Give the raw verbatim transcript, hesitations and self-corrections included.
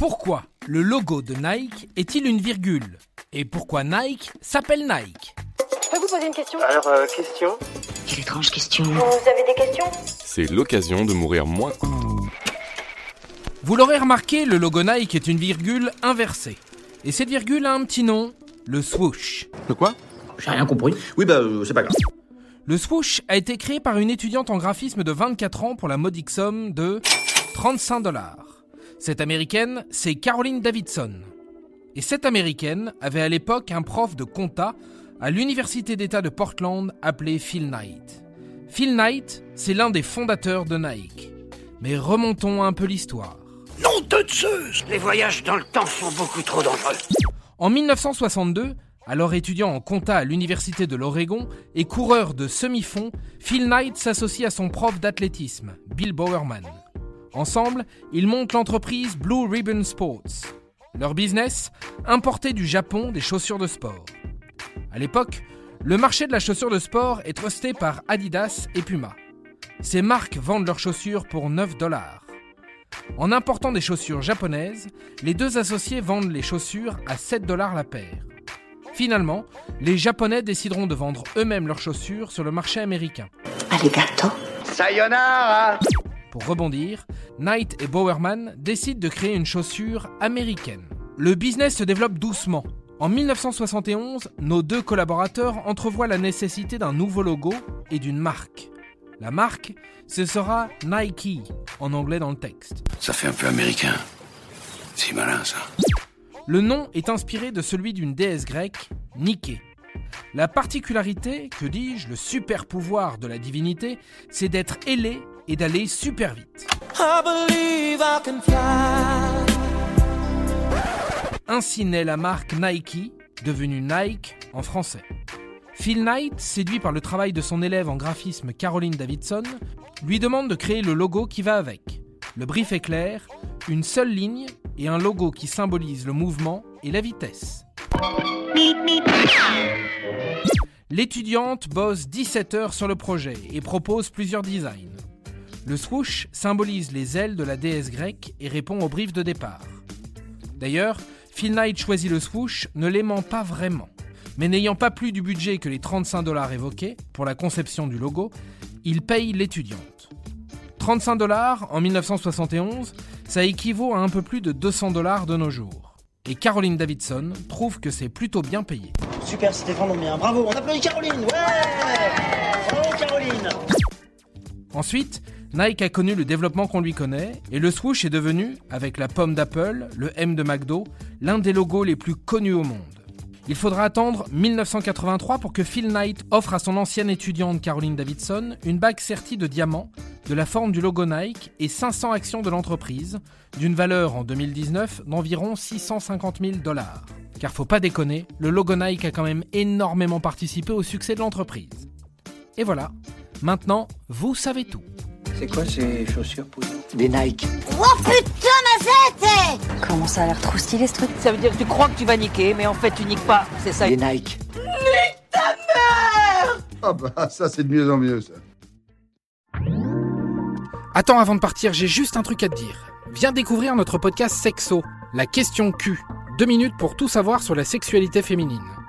Pourquoi le logo de Nike est-il une virgule ? Et pourquoi Nike s'appelle Nike ? Je peux vous poser une question ? Alors, euh, question ? Quelle étrange question. Vous avez des questions ? C'est l'occasion de mourir moins. Vous l'aurez remarqué, le logo Nike est une virgule inversée. Et cette virgule a un petit nom, le swoosh. Le quoi ? J'ai rien compris. Oui, bah, euh, c'est pas grave. Le swoosh a été créé par une étudiante en graphisme de vingt-quatre ans pour la modique somme de trente-cinq dollars. Cette américaine, c'est Caroline Davidson. Et cette américaine avait à l'époque un prof de compta à l'université d'État de Portland appelé Phil Knight. Phil Knight, c'est l'un des fondateurs de Nike. Mais remontons un peu l'histoire. Nom de Zeus ! Les voyages dans le temps sont beaucoup trop dangereux. En dix-neuf cent soixante-deux, alors étudiant en compta à l'université de l'Oregon et coureur de semi-fond, Phil Knight s'associe à son prof d'athlétisme, Bill Bowerman. Ensemble, ils montent l'entreprise Blue Ribbon Sports. Leur business, importer du Japon des chaussures de sport. À l'époque, le marché de la chaussure de sport est trusté par Adidas et Puma. Ces marques vendent leurs chaussures pour neuf dollars. En important des chaussures japonaises, les deux associés vendent les chaussures à sept dollars la paire. Finalement, les Japonais décideront de vendre eux-mêmes leurs chaussures sur le marché américain. Arigato. Sayonara ! Pour rebondir, Knight et Bowerman décident de créer une chaussure américaine. Le business se développe doucement. En dix-neuf cent soixante et onze, nos deux collaborateurs entrevoient la nécessité d'un nouveau logo et d'une marque. La marque, ce sera Nike, en anglais dans le texte. Ça fait un peu américain. C'est malin, ça. Le nom est inspiré de celui d'une déesse grecque, Nike. La particularité, que dis-je, le super pouvoir de la divinité, c'est d'être ailé et d'aller super vite. Ainsi naît la marque Nike, devenue Nike en français. Phil Knight, séduit par le travail de son élève en graphisme Caroline Davidson, lui demande de créer le logo qui va avec. Le brief est clair, une seule ligne et un logo qui symbolise le mouvement et la vitesse. L'étudiante bosse dix-sept heures sur le projet et propose plusieurs designs. Le swoosh symbolise les ailes de la déesse grecque et répond au brief de départ. D'ailleurs, Phil Knight choisit le swoosh ne l'aimant pas vraiment. Mais n'ayant pas plus du budget que les trente-cinq dollars évoqués pour la conception du logo, il paye l'étudiante. trente-cinq dollars en dix-neuf cent soixante et onze, ça équivaut à un peu plus de deux cents dollars de nos jours. Et Caroline Davidson trouve que c'est plutôt bien payé. Super, c'était vraiment bien. Bravo, on applaudit Caroline. Ouais, bravo Caroline. Ensuite, Nike a connu le développement qu'on lui connaît et le swoosh est devenu, avec la pomme d'Apple, le M de McDo, l'un des logos les plus connus au monde. Il faudra attendre dix-neuf cent quatre-vingt-trois pour que Phil Knight offre à son ancienne étudiante Caroline Davidson une bague sertie de diamants, de la forme du logo Nike et cinq cents actions de l'entreprise, d'une valeur en deux mille dix-neuf d'environ six cent cinquante mille dollars. Car faut pas déconner, le logo Nike a quand même énormément participé au succès de l'entreprise. Et voilà, maintenant, vous savez tout. C'est quoi ces chaussures, Poudre ? Des Nike. Oh putain, ma tête ! Comment ça a l'air trop stylé ce truc. Ça veut dire que tu crois que tu vas niquer, mais en fait tu niques pas, c'est ça. Des Nike. Nique ta mère ! Ah bah, ça, c'est de mieux en mieux, ça. Attends, avant de partir, j'ai juste un truc à te dire. Viens découvrir notre podcast Sexo, la question Q. Deux minutes pour tout savoir sur la sexualité féminine.